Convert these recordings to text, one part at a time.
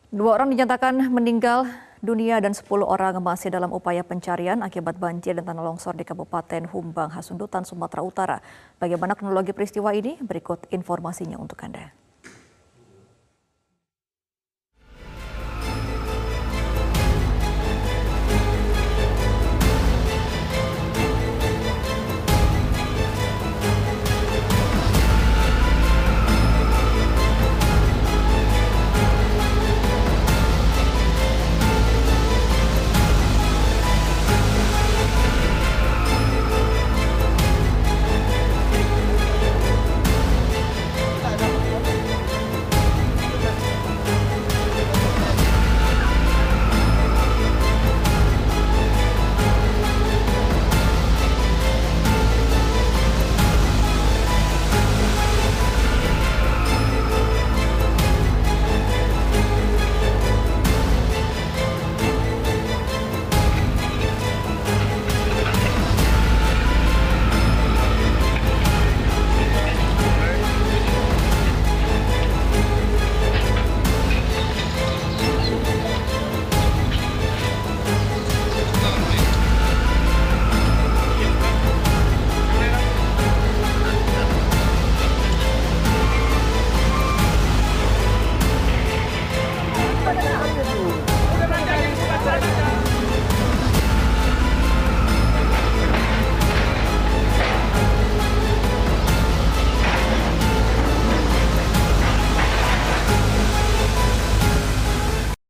Dua orang dinyatakan meninggal dunia dan 10 orang masih dalam upaya pencarian akibat banjir dan tanah longsor di Kabupaten Humbang, Hasundutan, Sumatera Utara. Bagaimana kronologi peristiwa ini? Berikut informasinya untuk Anda.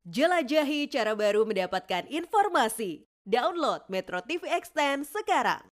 Jelajahi cara baru mendapatkan informasi. Download Metro TV Extend sekarang.